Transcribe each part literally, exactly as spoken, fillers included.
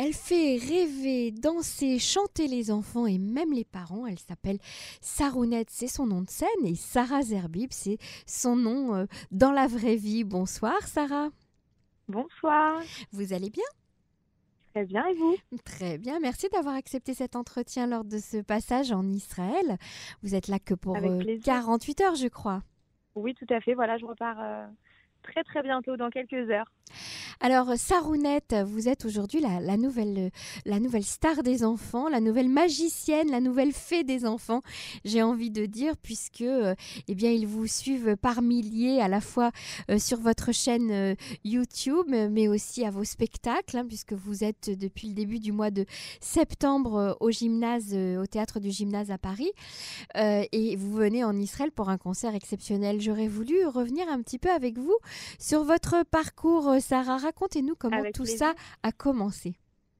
Elle fait rêver, danser, chanter les enfants et même les parents. Elle s'appelle Sarounette, c'est son nom de scène, et Sarah Zerbib, c'est son nom euh, dans la vraie vie. Bonsoir Sarah. Bonsoir, Vous allez bien? très bien et vous? Très bien, merci d'avoir accepté cet entretien lors de ce passage en Israël. Vous êtes là que pour Avec euh, plaisir. quarante-huit heures, je crois. Oui, tout à fait. Voilà, je repars euh, très très bientôt, dans quelques heures. Alors, Sarounette, vous êtes aujourd'hui la, la nouvelle, euh, la nouvelle star des enfants, la nouvelle magicienne, la nouvelle fée des enfants, j'ai envie de dire, puisque euh, eh bien, ils vous suivent par milliers, à la fois euh, sur votre chaîne euh, YouTube, mais aussi à vos spectacles, hein, puisque vous êtes depuis le début du mois de septembre euh, au gymnase, euh, au théâtre du gymnase à Paris. Euh, et vous venez en Israël pour un concert exceptionnel. J'aurais voulu revenir un petit peu avec vous sur votre parcours, euh, Sarah. Racontez-nous comment Avec tout ça plaisir. a commencé.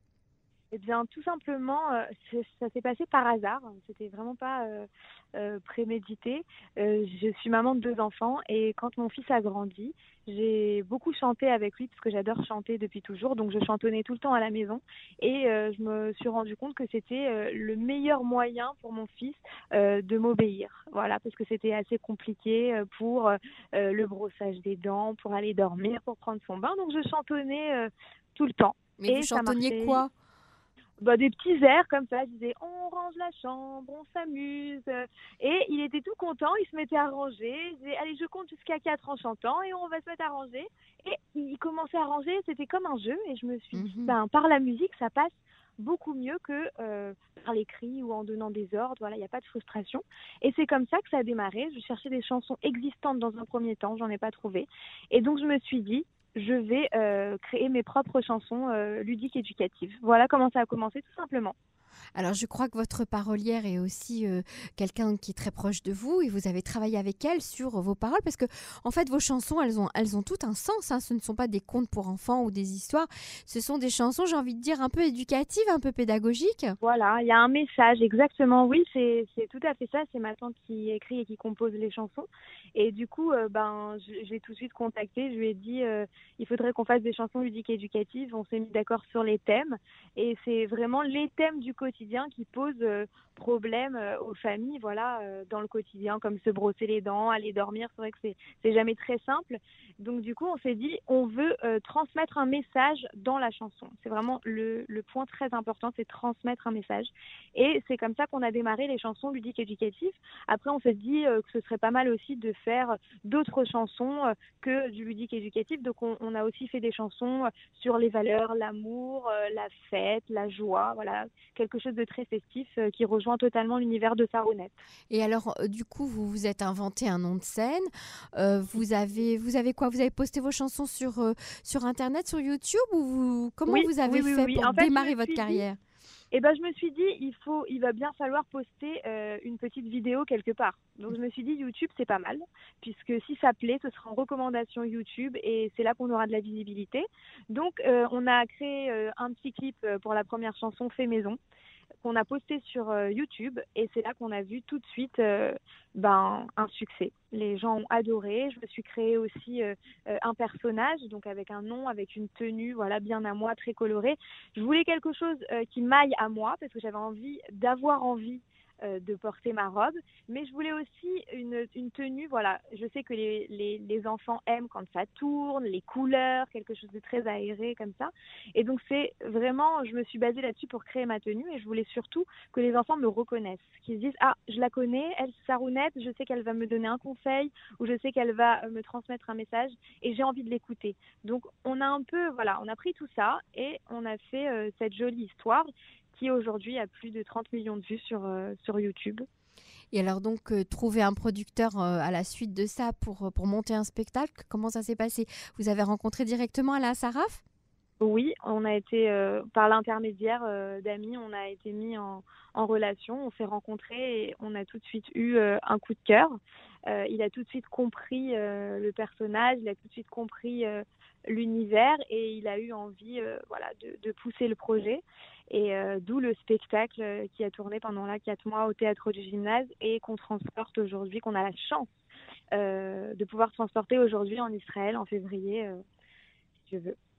Eh bien, tout simplement, euh, c'est- ça s'est passé par hasard. C'était vraiment pas euh, euh, prémédité. Euh, je suis maman de deux enfants et quand mon fils a grandi, j'ai beaucoup chanté avec lui parce que j'adore chanter depuis toujours. Donc, je chantonnais tout le temps à la maison et euh, je me suis rendu compte que c'était euh, le meilleur moyen pour mon fils euh, de m'obéir. Voilà, parce que c'était assez compliqué euh, pour euh, le brossage des dents, pour aller dormir, pour prendre son bain. Donc, je chantonnais euh, tout le temps Mais vous et ça chantonniez marchait. quoi? Bah, des petits airs comme ça, je disais on range la chambre, on s'amuse. Et il était tout content, il se mettait à ranger. Je disais allez, je compte jusqu'à quatre en chantant et on va se mettre à ranger. Et il commençait à ranger, c'était comme un jeu. Et je me suis dit, Mhm. ben, par la musique, ça passe beaucoup mieux que euh, par l'écrit ou en donnant des ordres. Voilà, il n'y a pas de frustration. Et c'est comme ça que ça a démarré. Je cherchais des chansons existantes dans un premier temps, j'en ai pas trouvé. Et donc je me suis dit, je vais euh, créer mes propres chansons euh, ludiques éducatives. Voilà comment ça a commencé tout simplement. Alors, je crois que votre parolière est aussi euh, quelqu'un qui est très proche de vous et vous avez travaillé avec elle sur vos paroles parce que, en fait, vos chansons, elles ont, elles ont tout un sens, hein. Ce ne sont pas des contes pour enfants ou des histoires. Ce sont des chansons, j'ai envie de dire, un peu éducatives, un peu pédagogiques. Voilà, il y a un message, exactement. Oui, c'est c'est tout à fait ça. C'est ma tante qui écrit et qui compose les chansons. Et du coup, euh, ben, je, je l'ai tout de suite contactée. Je lui ai dit, euh, il faudrait qu'on fasse des chansons ludiques et éducatives. On s'est mis d'accord sur les thèmes. Et c'est vraiment les thèmes du quotidien qui posent euh, problème euh, aux familles, voilà, euh, dans le quotidien, comme se brosser les dents, aller dormir. C'est vrai que c'est c'est jamais très simple. Donc du coup, on s'est dit, on veut euh, transmettre un message dans la chanson. C'est vraiment le, le point très important, c'est transmettre un message. Et c'est comme ça qu'on a démarré les chansons ludiques éducatives. Après, on s'est dit euh, que ce serait pas mal aussi de faire d'autres chansons euh, que du ludique éducatif. Donc on, on a aussi fait des chansons euh, sur les valeurs, l'amour, euh, la fête, la joie. Voilà, quelque chose de très festif euh, qui rejoint totalement l'univers de Sarounette. Et alors, euh, du coup, vous vous êtes inventé un nom de scène. Euh, vous avez, vous avez quoi? Vous avez posté vos chansons sur, euh, sur Internet, sur YouTube ou vous, comment Oui, vous oui, avez oui, fait oui. pour En fait, je démarrer me votre suis dit, carrière? et ben, je me suis dit, il faut, il va bien falloir poster euh, une petite vidéo quelque part. Donc, je me suis dit, YouTube, c'est pas mal, puisque si ça plaît, ce sera en recommandation YouTube et c'est là qu'on aura de la visibilité. Donc, euh, on a créé euh, un petit clip euh, pour la première chanson Fait Maison qu'on a posté sur euh, YouTube et c'est là qu'on a vu tout de suite euh, ben, un succès. Les gens ont adoré. Je me suis créé aussi euh, euh, un personnage, donc avec un nom, avec une tenue, voilà, bien à moi, très colorée. Je voulais quelque chose euh, qui m'aille à moi parce que j'avais envie d'avoir envie euh, de porter ma robe, mais je voulais aussi une, une tenue, voilà, je sais que les, les, les enfants aiment quand ça tourne, les couleurs, quelque chose de très aéré comme ça, et donc c'est vraiment, je me suis basée là-dessus pour créer ma tenue et je voulais surtout que les enfants me reconnaissent, qu'ils se disent ah je la connais, elle Sarounette, je sais qu'elle va me donner un conseil ou je sais qu'elle va me transmettre un message et j'ai envie de l'écouter. Donc on a un peu, voilà, on a pris tout ça et on a fait euh, cette jolie histoire qui aujourd'hui a plus de trente millions de vues sur, euh, sur YouTube. Et alors donc, euh, trouver un producteur euh, à la suite de ça pour, euh, pour monter un spectacle, comment ça s'est passé? Vous avez rencontré directement Alain Saraf? Oui, on a été, euh, par l'intermédiaire euh, d'amis, on a été mis en, en relation, on s'est rencontrés et on a tout de suite eu euh, un coup de cœur. Euh, il a tout de suite compris euh, le personnage, il a tout de suite compris euh, l'univers et il a eu envie euh, voilà, de, de pousser le projet. Et euh, d'où le spectacle euh, qui a tourné pendant là quatre mois au théâtre du gymnase et qu'on transporte aujourd'hui, qu'on a la chance euh, de pouvoir transporter aujourd'hui en Israël en février, euh, si tu veux.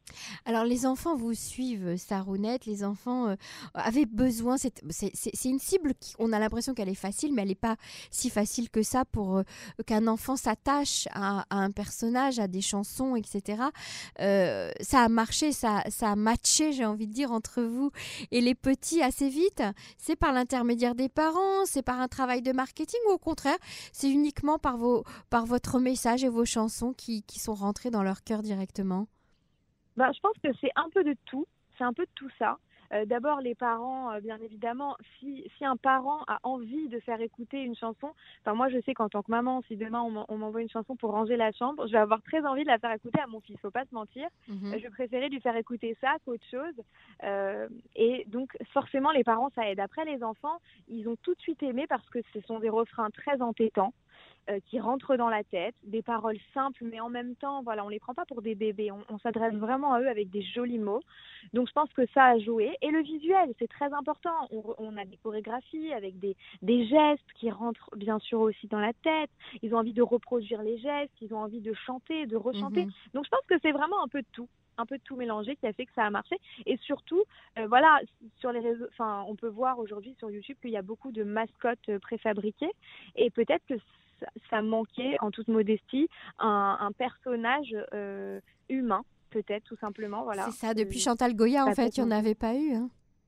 Alors les enfants vous suivent, Sarounette, les enfants euh, avaient besoin, c'est c'est- c'est- c'est une cible qui, on a l'impression qu'elle est facile, mais elle n'est pas si facile que ça pour euh, qu'un enfant s'attache à, à un personnage, à des chansons, et cetera. Euh, ça a marché, ça, ça a matché, j'ai envie de dire, entre vous et les petits assez vite. C'est par l'intermédiaire des parents, c'est par un travail de marketing ou au contraire, c'est uniquement par, vos, par votre message et vos chansons qui, qui sont rentrés dans leur cœur directement? Ben, je pense que c'est un peu de tout, c'est un peu de tout ça. Euh, D'abord, les parents, euh, bien évidemment, si, si un parent a envie de faire écouter une chanson, enfin moi je sais qu'en tant que maman, si demain on m'en- on m'envoie une chanson pour ranger la chambre, je vais avoir très envie de la faire écouter à mon fils, faut pas se mentir. Euh, Mhm. je préférais lui faire écouter ça qu'autre chose. Euh, et donc forcément les parents ça aide. Après les enfants, ils ont tout de suite aimé parce que ce sont des refrains très entêtants euh, qui rentrent dans la tête, des paroles simples, mais en même temps, voilà, on les prend pas pour des bébés. On, on s'adresse vraiment à eux avec des jolis mots. Donc, je pense que ça a joué. Et le visuel, c'est très important. On, on a des chorégraphies avec des, des gestes qui rentrent bien sûr aussi dans la tête. Ils ont envie de reproduire les gestes, ils ont envie de chanter, de rechanter. Mhm. Donc, je pense que c'est vraiment un peu de tout un peu de tout mélangé qui a fait que ça a marché et surtout euh, voilà sur les réseaux enfin on peut voir aujourd'hui sur YouTube qu'il y a beaucoup de mascottes euh, préfabriquées et peut-être que ça, ça manquait en toute modestie un, un personnage euh, humain peut-être tout simplement C'est voilà ça, depuis euh, Chantal Goya, en ça a fait, peut-être il n'y en manqué. avait pas eu hein,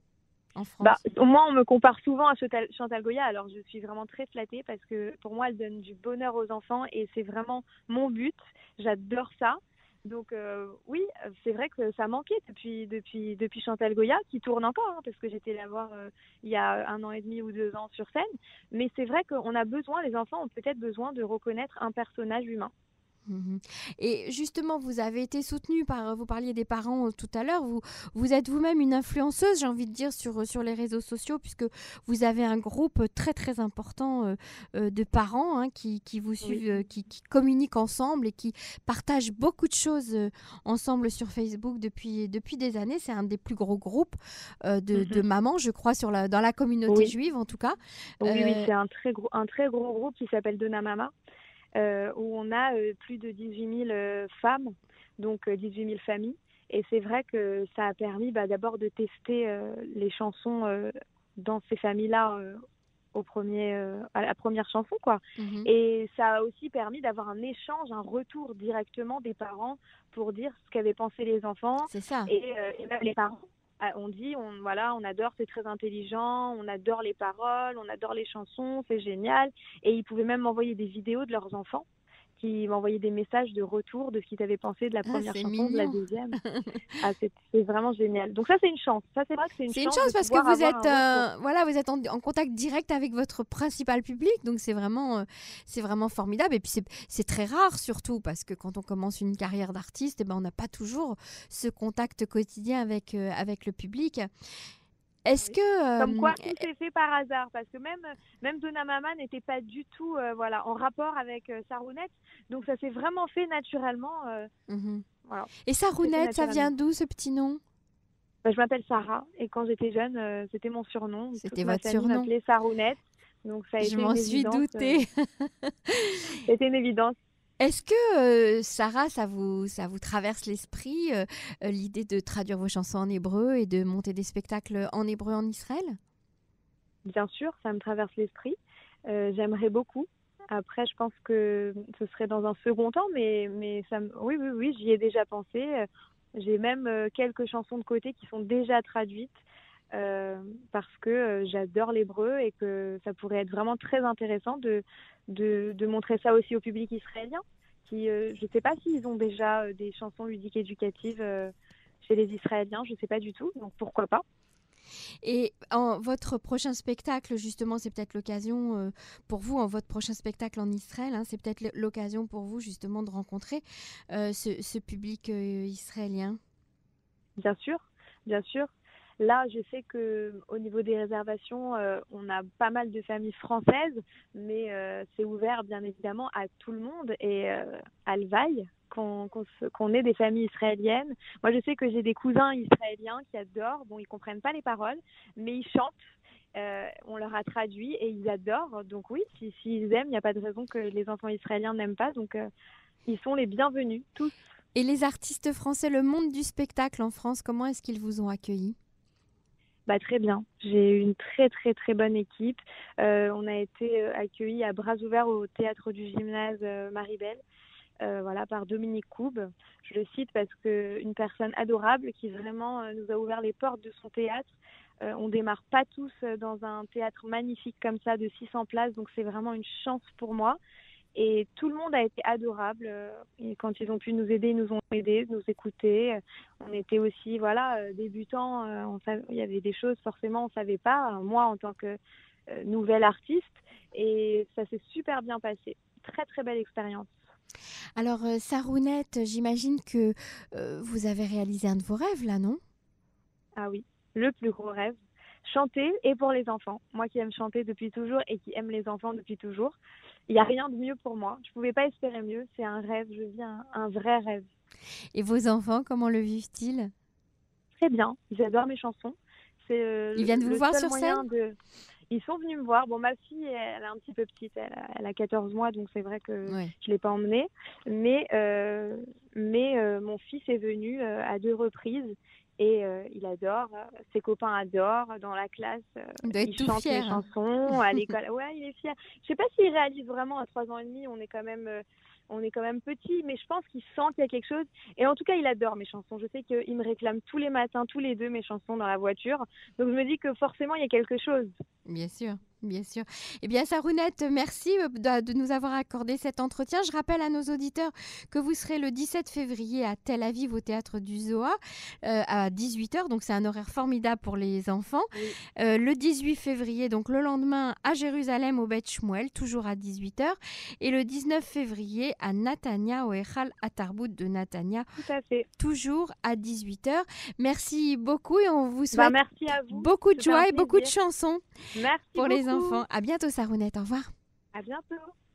en Bah, France. au moins on me compare souvent à Chantal, Chantal Goya alors je suis vraiment très flattée parce que pour moi elle donne du bonheur aux enfants et c'est vraiment mon but, j'adore ça. Donc euh, oui, c'est vrai que ça manquait depuis, depuis, depuis Chantal Goya, qui tourne encore, hein, parce que j'étais la voir euh, il y a un an et demi ou deux ans sur scène. Mais c'est vrai qu'on a besoin, les enfants ont peut-être besoin de reconnaître un personnage humain. Mhm. Et justement, vous avez été soutenu par, vous parliez des parents euh, tout à l'heure, vous, vous êtes vous-même une influenceuse, j'ai envie de dire, sur, sur les réseaux sociaux, puisque vous avez un groupe très très important euh, euh, de parents hein, qui, qui vous Oui. suivent, euh, qui, qui communiquent ensemble et qui partagent beaucoup de choses euh, ensemble sur Facebook depuis, depuis des années. C'est un des plus gros groupes euh, de, de Mhm. mamans, je crois, sur la, dans la communauté Oui, juive en tout cas. oui, oui, Euh, c'est un très gros, un très gros groupe qui s'appelle Dona Mama, euh, où on a euh, plus de dix-huit mille euh, femmes, donc euh, dix-huit mille familles. Et c'est vrai que ça a permis bah, d'abord de tester euh, les chansons euh, dans ces familles-là euh, au premier, euh, à la première chanson, quoi. mhm, Et ça a aussi permis d'avoir un échange, un retour directement des parents pour dire ce qu'avaient pensé les enfants. c'est ça. Et, euh, et même les parents on dit, on, voilà, on adore, c'est très intelligent, on adore les paroles, on adore les chansons, c'est génial. Et ils pouvaient même m'envoyer des vidéos de leurs enfants qui m'envoyaient des messages de retour de ce qu'ils avaient pensé de la Ah, première c'est chanson, de la mignon. deuxième. Ah, c'est c'est vraiment génial. Donc ça, c'est une chance. Ça, c'est vrai que c'est une C'est une chance de chance parce que pouvoir vous avoir êtes, un retour. euh, voilà, vous êtes en, en contact direct avec votre principal public, donc c'est vraiment, euh, c'est vraiment formidable. Et puis c'est, c'est très rare surtout parce que quand on commence une carrière d'artiste, eh ben, on n'a pas toujours ce contact quotidien avec, euh, avec le public. Est-ce Oui. Comme que, quoi, euh, tout s'est fait par hasard, parce que même, même Donna Mama n'était pas du tout euh, voilà, en rapport avec euh, Sarounette. Donc ça s'est vraiment fait naturellement. Euh, mhm. voilà, Et tout s'est fait Sarounette, ça vient naturellement. d'où ce petit nom? Bah, je m'appelle Sarah et quand j'étais jeune, euh, c'était mon surnom. Toute C'était ma votre famille surnom. m'appelait Sarounette, donc ça a Je été m'en une suis évidence. Euh, doutée. ça a été une évidence. Est-ce que, euh, Sarah, ça vous, ça vous traverse l'esprit, euh, euh, l'idée de traduire vos chansons en hébreu et de monter des spectacles en hébreu en Israël? Bien sûr, ça me traverse l'esprit. Euh, j'aimerais beaucoup. Après, je pense que ce serait dans un second temps, mais, mais ça me... oui, oui, oui, j'y ai déjà pensé. Euh, J'ai même euh, quelques chansons de côté qui sont déjà traduites euh, parce que euh, j'adore l'hébreu et que ça pourrait être vraiment très intéressant de, de, de montrer ça aussi au public israélien. Qui, euh, je ne sais pas s'ils ont déjà euh, des chansons ludiques éducatives euh, chez les Israéliens, je ne sais pas du tout, donc pourquoi pas. Et en votre prochain spectacle, justement, c'est peut-être l'occasion euh, pour vous, en votre prochain spectacle en Israël, hein, c'est peut-être l- l'occasion pour vous, justement, de rencontrer euh, ce, ce public euh, israélien. Bien sûr, bien sûr. Là, je sais que au niveau des réservations, euh, on a pas mal de familles françaises, mais euh, c'est ouvert bien évidemment à tout le monde et euh, à Levaille, qu'on qu'on se- qu'on ait des familles israéliennes. Moi, je sais que j'ai des cousins israéliens qui adorent. Bon, ils comprennent pas les paroles, mais ils chantent. Euh, on leur a traduit et ils adorent. Donc oui, si, s'ils aiment, il n'y a pas de raison que les enfants israéliens n'aiment pas. Donc euh, ils sont les bienvenus, tous. Et les artistes français, le monde du spectacle en France, comment est-ce qu'ils vous ont accueillis? Bah, très bien. J'ai eu une très très très bonne équipe. Euh, on a été euh, accueillis à bras ouverts au théâtre du gymnase euh, Maribel, euh, voilà, par Dominique Coube. Je le cite parce que une personne adorable qui vraiment euh, nous a ouvert les portes de son théâtre. Euh, on démarre pas tous euh, dans un théâtre magnifique comme ça de six cents places, donc c'est vraiment une chance pour moi. Et tout le monde a été adorable. Et quand ils ont pu nous aider, ils nous ont aidés, nous écouter. On était aussi, voilà, débutants. On savait, il y avait des choses, forcément, on ne savait pas. Moi, en tant que euh, nouvelle artiste. Et ça s'est super bien passé. Très, très belle expérience. Alors, euh, Sarounette, j'imagine que euh, vous avez réalisé un de vos rêves, là, non? Ah oui, le plus gros rêve. Chanter et pour les enfants. Moi qui aime chanter depuis toujours et qui aime les enfants depuis toujours. Il n'y a rien de mieux pour moi. Je ne pouvais pas espérer mieux. C'est un rêve. Je vis un, un vrai rêve. Et vos enfants, comment le vivent-ils? Très bien. Ils adorent mes chansons. C'est, euh, Ils viennent le, vous le voir seul sur moyen scène? de... Ils sont venus me voir. Bon, ma fille, elle est un petit peu petite. Elle a, elle a quatorze mois, donc c'est vrai que Ouais. je ne l'ai pas emmenée. Mais, euh, mais euh, mon fils est venu euh, à deux reprises. Et euh, il adore, ses copains adorent, dans la classe, euh, Il doit être il tout chante fier, mes hein. chansons, à l'école, ouais, il est fier. Je sais pas s'il réalise vraiment à trois ans et demi, on est quand même, euh, on est quand même petit, mais je pense qu'il sent qu'il y a quelque chose. Et en tout cas, il adore mes chansons. Je sais qu'il me réclame tous les matins, tous les deux, mes chansons dans la voiture. Donc je me dis que forcément, il y a quelque chose. Bien sûr, bien sûr. Eh bien, Sarounette, merci de, de nous avoir accordé cet entretien. Je rappelle à nos auditeurs que vous serez le dix-sept février à Tel Aviv au théâtre du Zoa euh, à dix-huit heures. Donc, c'est un horaire formidable pour les enfants. Oui. Euh, le dix-huit février, donc le lendemain, à Jérusalem au Beth Shmuel, toujours à dix-huit heures. Et le dix-neuf février à Natania, au Echal Atarbout de Natania, Tout à fait. toujours à dix-huit heures. Merci beaucoup et on vous souhaite Bah, merci à vous. beaucoup de C'était un joie et beaucoup de plaisir. chansons Merci pour beaucoup. les enfants. À bientôt, Sarounette. Au revoir. À bientôt.